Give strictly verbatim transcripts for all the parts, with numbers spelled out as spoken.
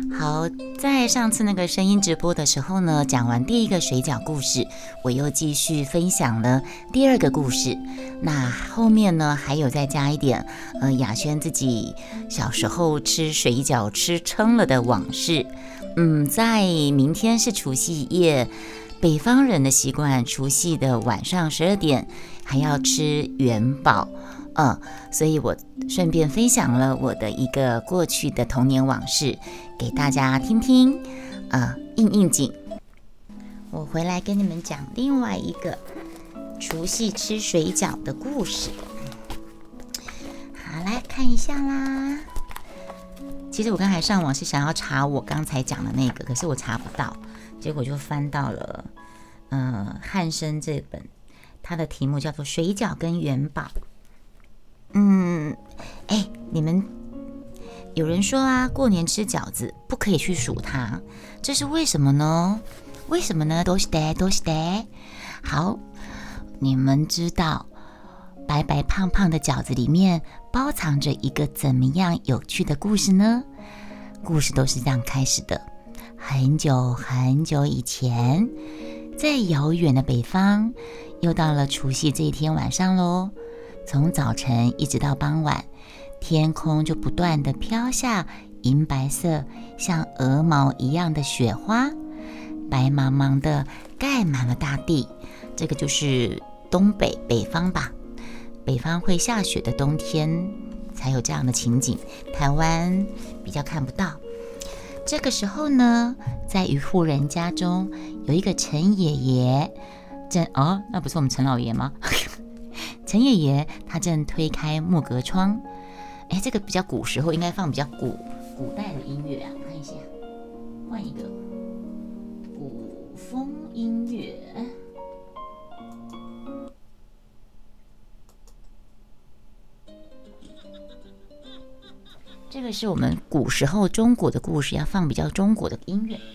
好，在上次那个声音直播的时候呢，讲完第一个水饺故事，我又继续分享了第二个故事。那后面呢，还有再加一点，呃，雅轩自己小时候吃水饺吃撑了的往事。嗯，在明天是除夕夜，北方人的习惯，除夕的晚上十二点还要吃元宝。嗯，所以我顺便分享了我的一个过去的童年往事给大家听听，呃，应应景。我回来跟你们讲另外一个除夕吃水饺的故事。好，来看一下啦。其实我刚才上网是想要查我刚才讲的那个，可是我查不到，结果就翻到了呃汉生这本，它的题目叫做《水饺跟元宝》。嗯，哎，你们有人说啊，过年吃饺子不可以去数它，这是为什么呢？为什么呢？都是的，都是的。好，你们知道白白胖胖的饺子里面包藏着一个怎么样有趣的故事呢？故事都是这样开始的。很久很久以前，在遥远的北方，又到了除夕这一天晚上咯。从早晨一直到傍晚，天空就不断地飘下银白色像鹅毛一样的雪花，白茫茫的盖满了大地。这个就是东北北方吧，北方会下雪的冬天才有这样的情景，台湾比较看不到。这个时候呢，在一户人家中有一个陈爷爷，正哦，那不是我们陈老爷吗？陈爷爷他正推开木格窗，哎，这个比较古时候应该放比较古古代的音乐啊，看一下，换一个古风音乐。这个是我们古时候中国的故事，要放比较中国的音乐。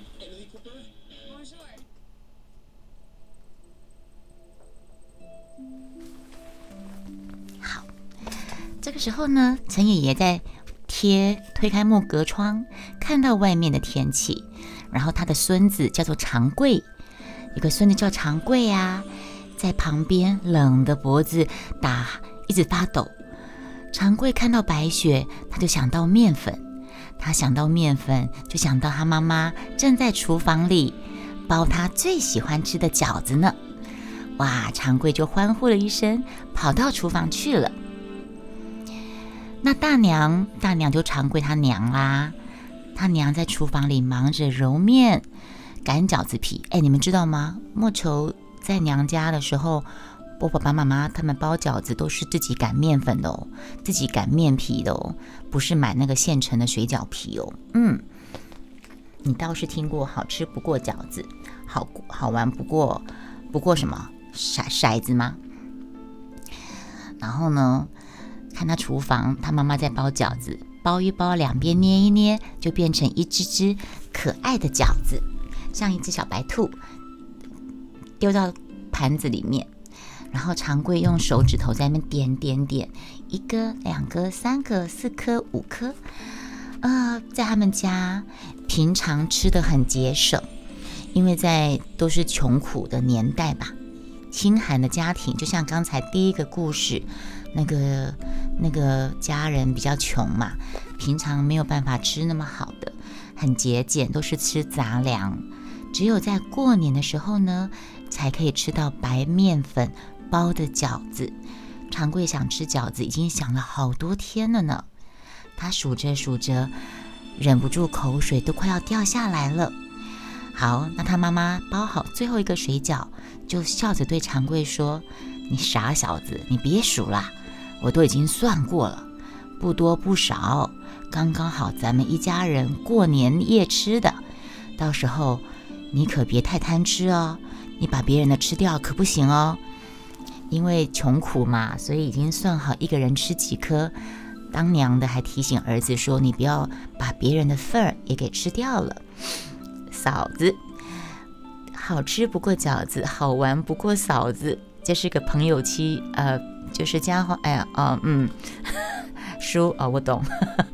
这个时候呢，陈爷爷在贴推开木格窗，看到外面的天气，然后他的孙子叫做长贵，有个孙子叫长贵啊，在旁边冷的脖子打一直发抖。长贵看到白雪，他就想到面粉，他想到面粉，就想到他妈妈正在厨房里包他最喜欢吃的饺子呢。哇，长贵就欢呼了一声，跑到厨房去了。那大娘，大娘就长贵他娘啦。他娘在厨房里忙着揉面、擀饺子皮。哎，你们知道吗？莫愁在娘家的时候，我爸爸妈妈他们包饺子都是自己擀面粉的哦，自己擀面皮的哦，不是买那个现成的水饺皮哦。嗯，你倒是听过好吃不过饺子，好好玩不过不过什么骰骰子吗？然后呢？看他厨房，他妈妈在包饺子，包一包，两边捏一捏，就变成一只只可爱的饺子，像一只小白兔，丢到盘子里面。然后长贵用手指头在那边点点点，一个、两个、三个、四颗、五颗。呃，在他们家平常吃得很节省，因为在都是穷苦的年代吧，清寒的家庭，就像刚才第一个故事。那个那个家人比较穷嘛，平常没有办法吃那么好的，很节俭，都是吃杂粮。只有在过年的时候呢，才可以吃到白面粉包的饺子。长贵想吃饺子，已经想了好多天了呢。他数着数着，忍不住口水都快要掉下来了。好，那他妈妈包好最后一个水饺，就笑着对长贵说：“你傻小子，你别数啦。我都已经算过了，不多不少，刚刚好咱们一家人过年夜吃的。到时候你可别太贪吃哦，你把别人的吃掉可不行哦。因为穷苦嘛，所以已经算好一个人吃几颗。当娘的还提醒儿子说，你不要把别人的份儿也给吃掉了。嫂子，好吃不过饺子，好玩不过嫂子，这是个朋友妻，呃。”就是家伙，哎呀，哦，嗯，叔，哦，我懂，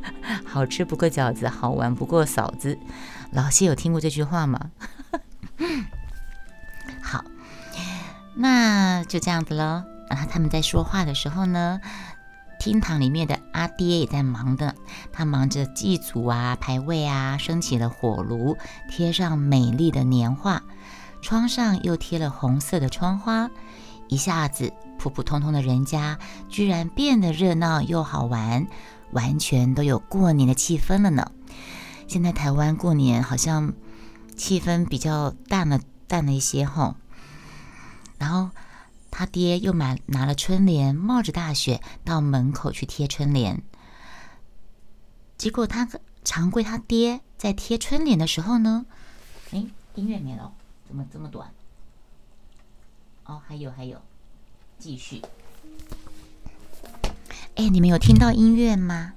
好吃不过饺子，好玩不过嫂子。老谢有听过这句话吗？好，那就这样子咯。然后他们在说话的时候呢，厅堂里面的阿爹也在忙的，他忙着祭祖啊、排位啊，升起了火炉，贴上美丽的年画，窗上又贴了红色的窗花，一下子普普通通的人家居然变得热闹又好玩，完全都有过年的气氛了呢。现在台湾过年好像气氛比较淡了淡了一些吼。然后他爹又买拿了春联，冒着大雪到门口去贴春联。结果他长贵他爹在贴春联的时候呢，诶，音乐没了，怎么这么短？哦，还有还有，继续。哎，你们有听到音乐吗？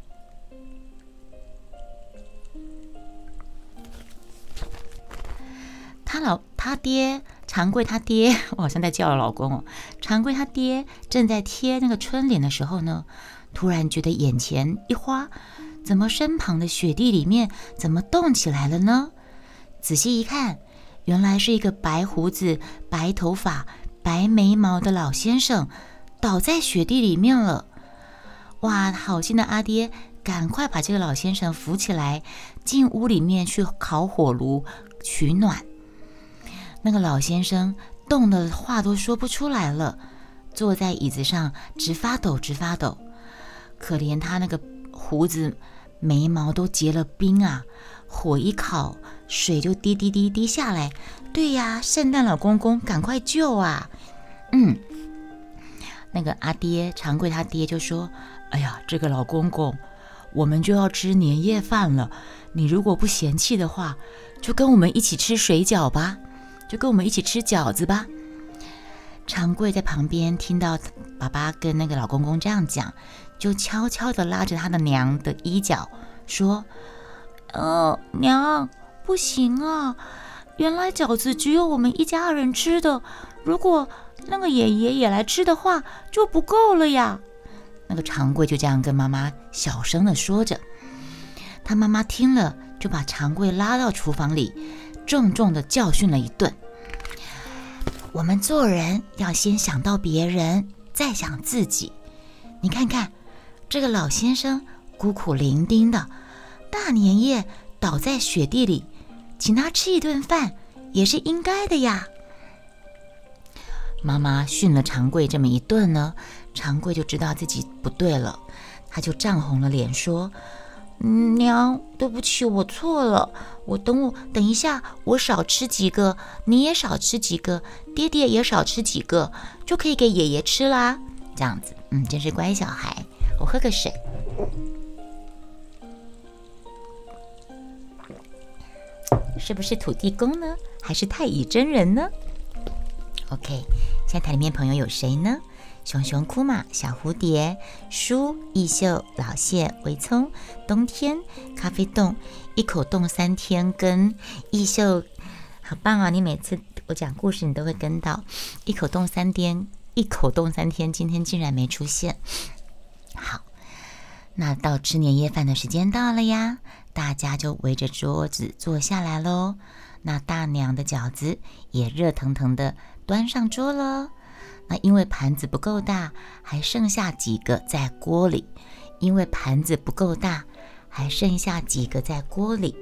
他老他爹长贵他爹，我好像在叫老公哦。长贵他爹正在贴那个春联的时候呢，突然觉得眼前一花，怎么身旁的雪地里面怎么动起来了呢？仔细一看，原来是一个白胡子、白头发、白眉毛的老先生倒在雪地里面了。哇，好心的阿爹赶快把这个老先生扶起来，进屋里面去烤火炉取暖。那个老先生冻得话都说不出来了，坐在椅子上直发抖直发抖。可怜他那个胡子眉毛都结了冰啊，火一烤，水就滴滴滴滴下来。对呀，圣诞老公公赶快救啊！嗯，那个阿爹长贵他爹就说，哎呀，这个老公公，我们就要吃年夜饭了，你如果不嫌弃的话，就跟我们一起吃水饺吧，就跟我们一起吃饺子吧。长贵在旁边听到爸爸跟那个老公公这样讲，就悄悄地拉着他的娘的衣角说，呃，娘，不行啊，原来饺子只有我们一家人吃的，如果那个爷爷也来吃的话就不够了呀。那个长贵就这样跟妈妈小声地说着。他妈妈听了，就把长贵拉到厨房里，重重地教训了一顿。我们做人要先想到别人，再想自己。你看看这个老先生孤苦伶仃的，大年夜倒在雪地里，请他吃一顿饭也是应该的呀。妈妈训了长贵这么一顿呢，长贵就知道自己不对了，他就涨红了脸说，嗯，娘，对不起，我错了，我等我等一下我少吃几个，你也少吃几个，爹爹也少吃几个，就可以给爷爷吃啦。这样子，嗯，真是乖小孩。我喝个水。是不是土地公呢？还是太乙真人呢？ OK， 现在台里面朋友有谁呢？熊熊哭嘛，小蝴蝶，舒艺秀，老谢，维聪，冬天，咖啡冻，一口冻三天，跟艺秀，好棒啊！你每次我讲故事你都会跟到，一口冻三天，一口冻三天，今天竟然没出现。好，那到吃年夜饭的时间到了呀，大家就围着桌子坐下来咯。那大娘的饺子也热腾腾的端上桌了。那因为盘子不够大，还剩下几个在锅里。因为盘子不够大，还剩下几个在锅里。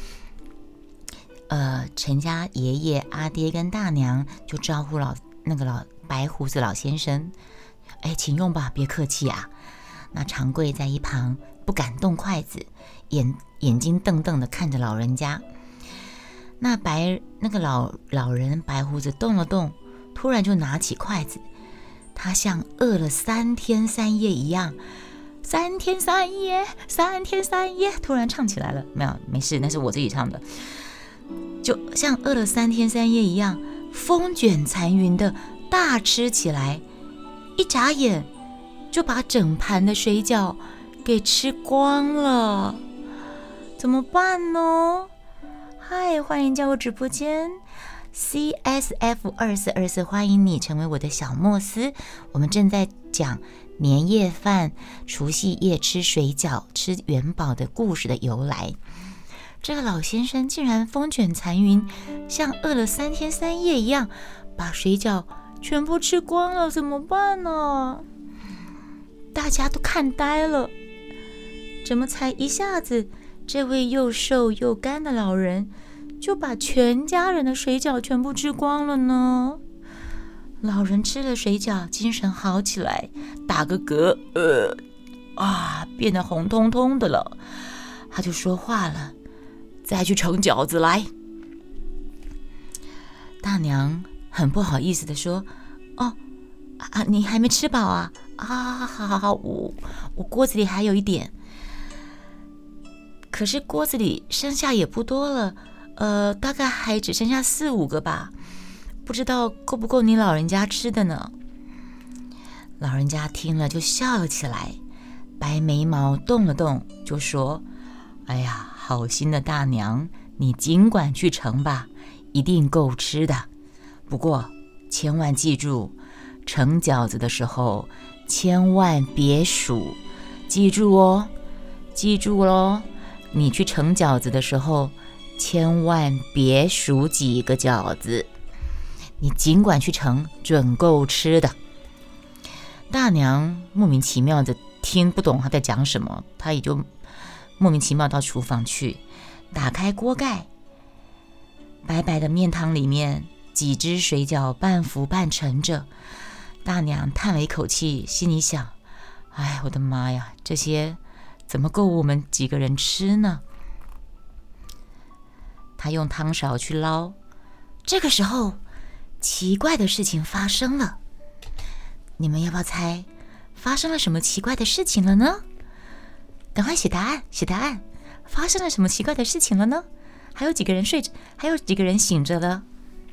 呃，陈家爷爷、阿爹跟大娘就招呼老那个老白胡子老先生，哎，请用吧，别客气啊。那长贵在一旁不敢动筷子，眼眼睛瞪瞪的看着老人家。那白那个老老人白胡子动了动，突然就拿起筷子，他像饿了三天三夜一样，三天三夜，三天三夜，突然唱起来了。没有，没事，那是我自己唱的。就像饿了三天三夜一样，风卷残云的大吃起来，一眨眼就把整盘的水饺给吃光了。怎么办呢？嗨，欢迎加入直播间 C S F 二四二四，欢迎你成为我的小莫斯。我们正在讲年夜饭、除夕夜吃水饺、吃元宝的故事的由来。这个老先生竟然风卷残云，像饿了三天三夜一样，把水饺全部吃光了，怎么办呢？大家都看呆了，怎么才一下子，这位又瘦又干的老人就把全家人的水饺全部吃光了呢？老人吃了水饺，精神好起来，打个嗝，呃，啊，变得红彤彤的了。他就说话了：“再去盛饺子来。”大娘很不好意思的说：“哦，啊，你还没吃饱啊？啊，好好好，我我锅子里还有一点，可是锅子里剩下也不多了，呃，大概还只剩下四五个吧。”不知道够不够你老人家吃的呢？老人家听了就笑了起来，白眉毛动了动，就说：“哎呀，好心的大娘，你尽管去盛吧，一定够吃的。不过千万记住，盛饺子的时候千万别数，记住哦，记住咯，你去盛饺子的时候千万别数几个饺子。你尽管去盛，准够吃的。”大娘莫名其妙的听不懂他在讲什么，她也就莫名其妙到厨房去，打开锅盖，白白的面汤里面几只水饺半浮半沉着。大娘叹了一口气，心里想：哎，我的妈呀，这些怎么够我们几个人吃呢？她用汤勺去捞，这个时候奇怪的事情发生了，你们要不要猜发生了什么奇怪的事情了呢？赶快写答案，写答案！发生了什么奇怪的事情了呢？还有几个人睡着，还有几个人醒着了？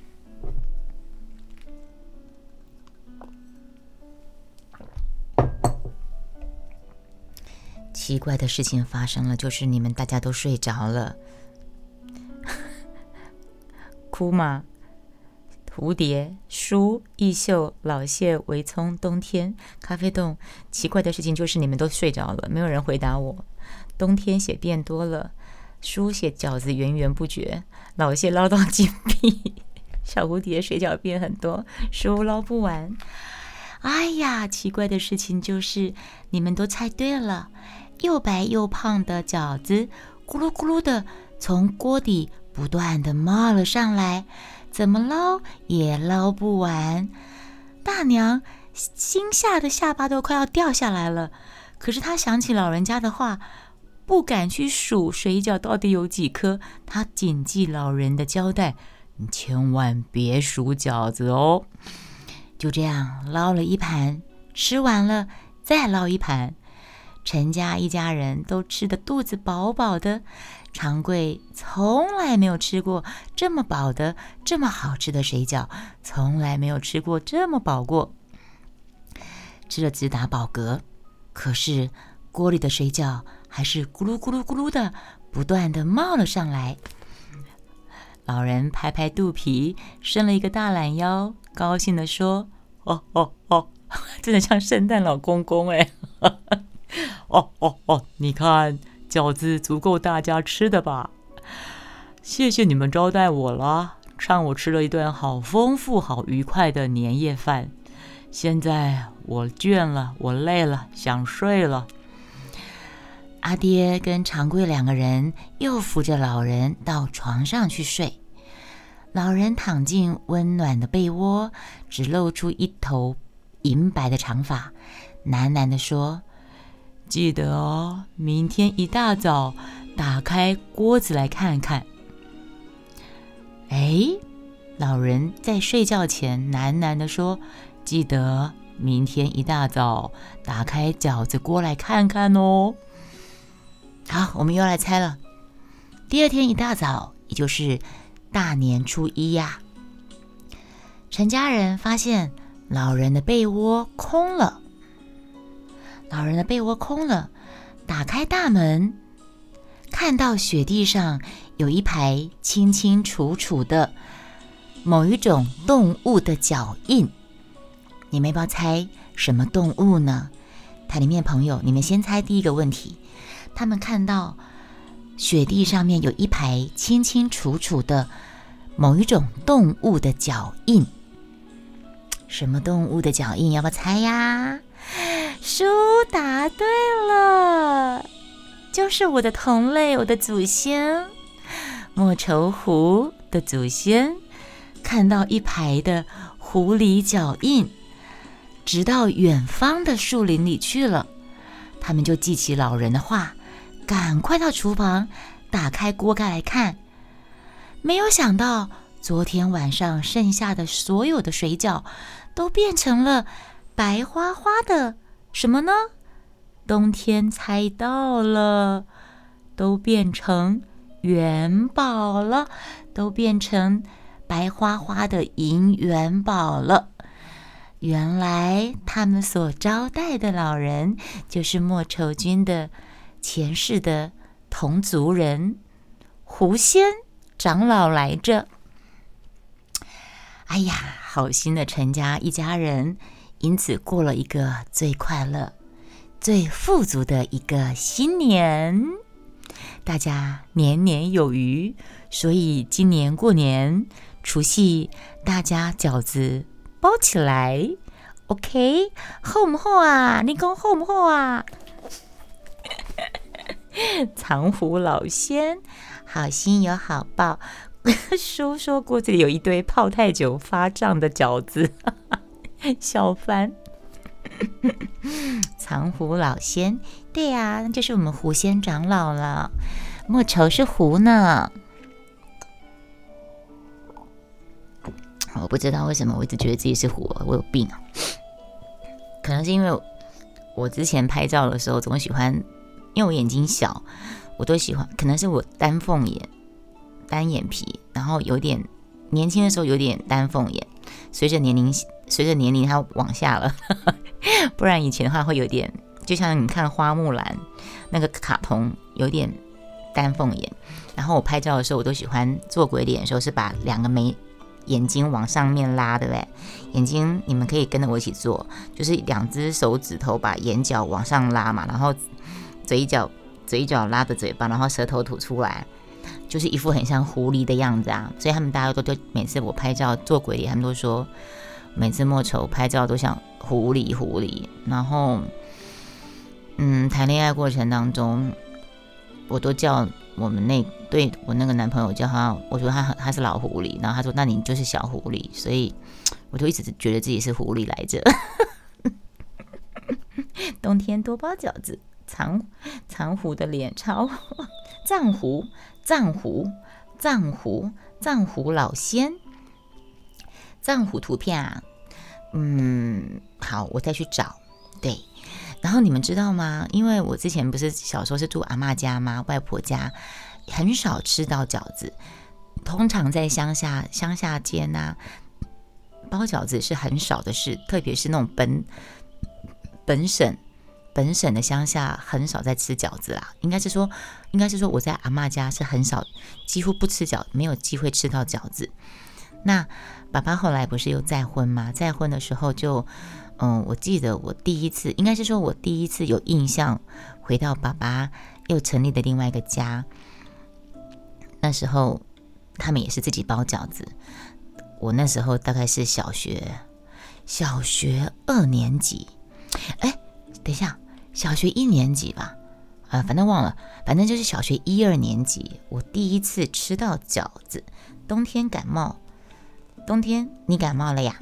奇怪的事情发生了，就是你们大家都睡着了。哭吗？蝴蝶、书、艺秀、老谢、围葱、冬天、咖啡冻。奇怪的事情就是你们都睡着了，没有人回答我。冬天血变多了，书写饺子源源不绝，老谢捞到金币，小蝴蝶水饺变很多，书捞不完。哎呀，奇怪的事情就是你们都猜对了，又白又胖的饺子咕噜咕噜的从锅底不断的冒了上来，怎么捞也捞不完。大娘心吓得下巴都快要掉下来了，可是她想起老人家的话，不敢去数水饺到底有几颗。她谨记老人的交代，你千万别数饺子哦。就这样捞了一盘，吃完了再捞一盘，陈家一家人都吃得肚子饱饱的。长贵从来没有吃过这么饱的、这么好吃的水饺，从来没有吃过这么饱过，吃了直打饱嗝。可是锅里的水饺还是咕噜咕噜咕噜的不断的冒了上来。老人拍拍肚皮，伸了一个大懒腰，高兴地说：“哦哦哦，真的像圣诞老公公哎！哦哦哦，你看。”饺子足够大家吃的吧？谢谢你们招待我了，让我吃了一顿好丰富、好愉快的年夜饭。现在我倦了，我累了，想睡了。阿爹跟长贵两个人又扶着老人到床上去睡。老人躺进温暖的被窝，只露出一头银白的长发，喃喃地说：“记得哦，明天一大早打开锅子来看看。”哎，老人在睡觉前喃喃地说：“记得明天一大早打开饺子锅来看看哦。”好，我们又来猜了。第二天一大早，也就是大年初一呀，陈家人发现老人的被窝空了。老人的被窝空了，打开大门，看到雪地上有一排清清楚楚的某一种动物的脚印。你们要不要猜什么动物呢？ 台里面朋友，你们先猜第一个问题。他们看到雪地上面有一排清清楚楚的某一种动物的脚印，什么动物的脚印？要不要猜呀？书答对了，就是我的同类，我的祖先莫愁狐的祖先，看到一排的狐狸脚印，直到远方的树林里去了。他们就记起老人的话，赶快到厨房打开锅盖来看。没有想到昨天晚上剩下的所有的水饺都变成了白花花的什么呢？冬天猜到了，都变成元宝了，都变成白花花的银元宝了。原来他们所招待的老人就是莫愁君的前世的同族人狐仙长老来着。哎呀，好心的陈家一家人因此过了一个最快乐最富足的一个新年，大家年年有余，所以今年过年除夕大家饺子包起来 OK， 厚不厚啊？你讲厚不厚啊？藏狐老仙好心有好报，叔说锅子里有一堆泡太久发胀的饺子，笑翻。藏狐老仙，对呀、啊，那就是我们狐仙长老了。莫愁是狐呢，我不知道为什么我一直觉得自己是狐，我有病啊。可能是因为我之前拍照的时候总喜欢，因为我眼睛小，我都喜欢，可能是我单凤眼、单眼皮，然后有点年轻的时候有点单凤眼，随着年龄随着年龄它往下了，不然以前的话会有点，就像你看花木兰那个卡通，有点单凤眼。然后我拍照的时候，我都喜欢做鬼脸的时候是把两个眉眼睛往上面拉，对不对？眼睛你们可以跟着我一起做，就是两只手指头把眼角往上拉嘛，然后嘴角嘴角拉着嘴巴，然后舌头吐出来，就是一副很像狐狸的样子啊。所以他们大家都都每次我拍照做鬼脸，他们都说每次莫愁拍照都像狐狸狐狸。然后嗯，谈恋爱过程当中，我都叫我们那对我那个男朋友叫他，我说他他是老狐狸，然后他说那你就是小狐狸，所以我就一直觉得自己是狐狸来着。冬天多包饺子，藏藏狐的脸超藏狐藏狐藏狐藏狐老仙藏狐图片啊，嗯，好，我再去找。对，然后你们知道吗？因为我之前不是小时候是住阿嬷家吗？外婆家很少吃到饺子，通常在乡下乡下间啊，包饺子是很少的事，特别是那种本本省本省的乡下很少在吃饺子啦。应该是说，应该是说我在阿嬷家是很少，几乎不吃饺，没有机会吃到饺子。那爸爸后来不是又再婚吗？再婚的时候就，嗯，我记得我第一次，应该是说我第一次有印象回到爸爸又成立的另外一个家，那时候他们也是自己包饺子。我那时候大概是小学小学二年级，哎，等一下，小学一年级吧，啊，反正忘了，反正就是小学一二年级，我第一次吃到饺子。冬天感冒，冬天你感冒了呀？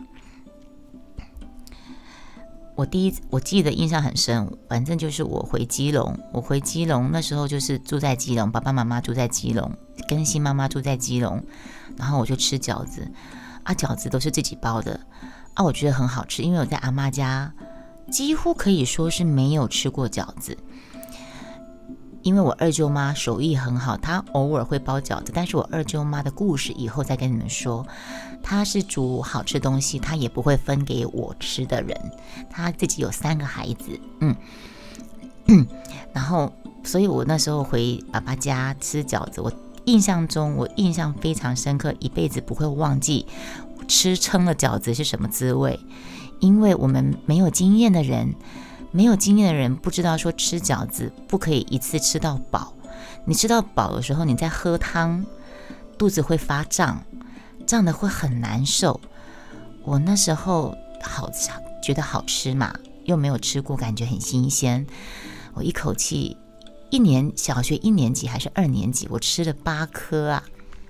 我第一我记得印象很深，反正就是我回基隆，我回基隆那时候就是住在基隆，爸爸妈妈住在基隆，跟新妈妈住在基隆，然后我就吃饺子啊，饺子都是自己包的啊，我觉得很好吃，因为我在阿嬷家几乎可以说是没有吃过饺子，因为我二舅妈手艺很好，她偶尔会包饺子，但是我二舅妈的故事以后再跟你们说。她是煮好吃东西，她也不会分给我吃的人，她自己有三个孩子，嗯，嗯然后所以我那时候回爸爸家吃饺子，我印象中我印象非常深刻，一辈子不会忘记吃撑了饺子是什么滋味，因为我们没有经验的人没有经验的人不知道说吃饺子不可以一次吃到饱，你吃到饱的时候，你再喝汤，肚子会发胀，胀的会很难受。我那时候好觉得好吃嘛，又没有吃过，感觉很新鲜。我一口气，一年小学一年级还是二年级，我吃了八颗啊！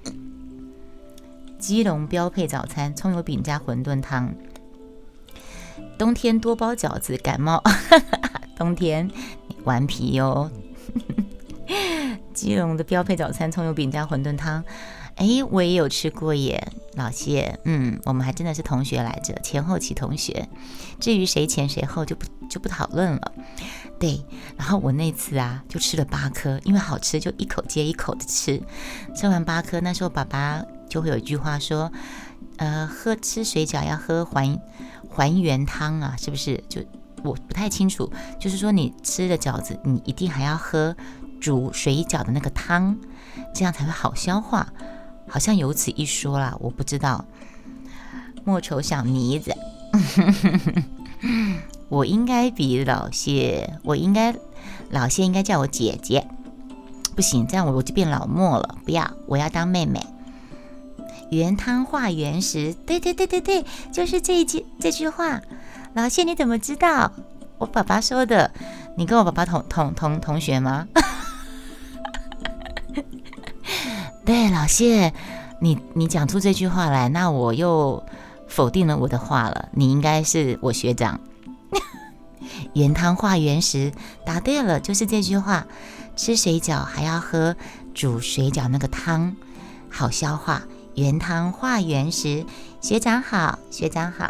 基隆标配早餐：葱油饼加馄饨汤。冬天多包饺子，感冒。冬天顽皮哦。基隆的标配早餐：葱油饼加馄饨汤。哎，我也有吃过耶，老谢。嗯，我们还真的是同学来着，前后期同学。至于谁前谁后就不就不讨论了。对，然后我那次啊就吃了八颗，因为好吃就一口接一口的吃。吃完八颗，那时候爸爸就会有一句话说，呃，喝吃水饺要喝还还原汤啊，是不是？就我不太清楚，就是说你吃的饺子，你一定还要喝煮水饺的那个汤，这样才会好消化。好像有此一说啦，我不知道。莫愁小妮子，我应该比老谢，我应该老谢应该叫我姐姐，不行，这样我我就变老莫了，不要，我要当妹妹。原汤化原食，对对对对对，就是这一句这句话。老谢你怎么知道？我爸爸说的。你跟我爸爸同同同同学吗？对，老谢，你你讲出这句话来，那我又否定了我的话了。你应该是我学长。原汤化原食，答对了，就是这句话。吃水饺还要喝煮水饺那个汤，好消化。原汤化原食，学长好，学长好。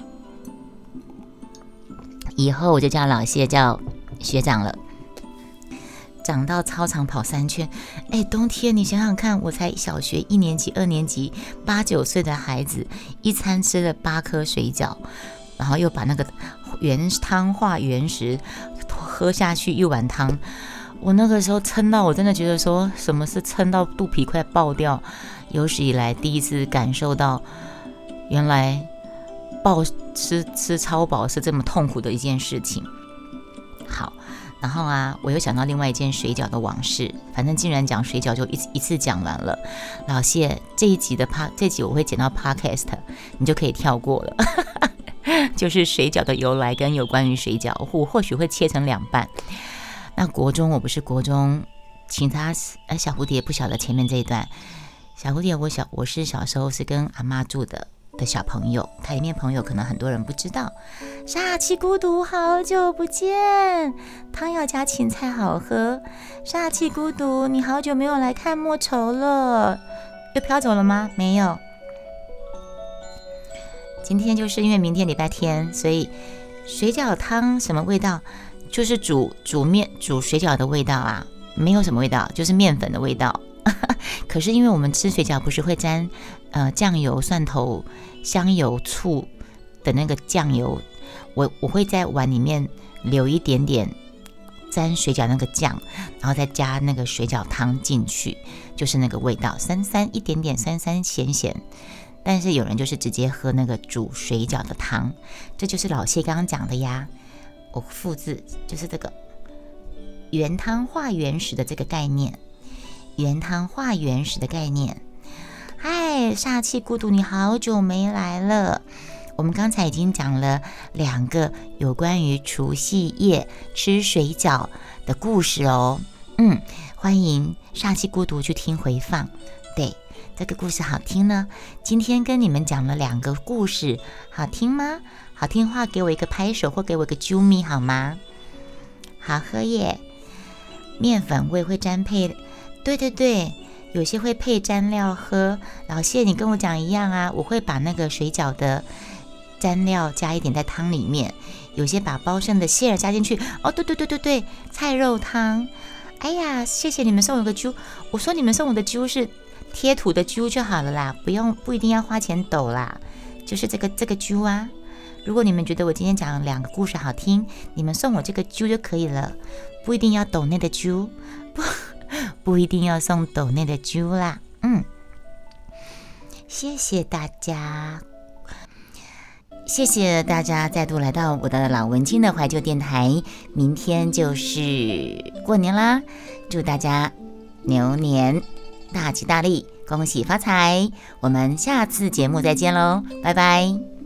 以后我就叫老谢叫学长了。长到操场跑三圈，哎，冬天你想想看，我才小学一年级、二年级，八九岁的孩子，一餐吃了八颗水饺，然后又把那个原汤化原食喝下去一碗汤。我那个时候撑到，我真的觉得说什么是撑到肚皮快爆掉，有史以来第一次感受到，原来暴吃吃超饱是这么痛苦的一件事情。好。然后啊，我又想到另外一件水饺的往事，反正既然讲水饺就一一次讲完了。老谢，这一集的 pa 这集我会剪到 podcast， 你就可以跳过了。就是水饺的由来跟有关于水饺，我或许会切成两半。那国中我不是国中，其他呃小蝴蝶不晓得前面这一段。小蝴蝶我小我是小时候是跟阿妈住的。的小朋友，台里面朋友可能很多人不知道，煞气孤独好久不见，汤要加芹菜好喝。煞气孤独，你好久没有来看莫愁了，又飘走了吗？没有。今天就是因为明天礼拜天，所以水饺汤什么味道？就是煮煮面煮水饺的味道啊，没有什么味道，就是面粉的味道。可是因为我们吃水饺不是会沾呃酱油、蒜头、香油、醋的那个酱油，我我会在碗里面留一点点沾水饺那个酱，然后再加那个水饺汤进去，就是那个味道，酸酸一点点，酸酸咸咸。但是有人就是直接喝那个煮水饺的汤，这就是老谢刚刚讲的呀。我复制就是这个原汤化原食的这个概念。原汤化原食的概念。嗨，煞气孤独，你好久没来了。我们刚才已经讲了两个有关于除夕夜吃水饺的故事哦。嗯，欢迎煞气孤独去听回放。对，这个故事好听呢。今天跟你们讲了两个故事，好听吗？好听的话给我一个拍手或给我一个啾咪好吗？好喝耶。面粉我也会沾配，对对对，有些会配蘸料喝。老谢你跟我讲一样啊，我会把那个水饺的蘸料加一点在汤里面，有些把包剩的馅儿加进去。哦对对对对对，菜肉汤。哎呀，谢谢你们送我个揪，我说你们送我的揪是贴图的揪就好了啦，不用不一定要花钱抖啦，就是这个这个揪啊。如果你们觉得我今天讲两个故事好听，你们送我这个揪就可以了，不一定要抖内的揪，不不一定要送抖内的揪啦。嗯，谢谢大家。 谢谢大家再度来到我的老文青的怀旧电台。明天就是过年啦，祝大家牛年大吉大利，恭喜发财！我们下次节目再见喽，拜拜。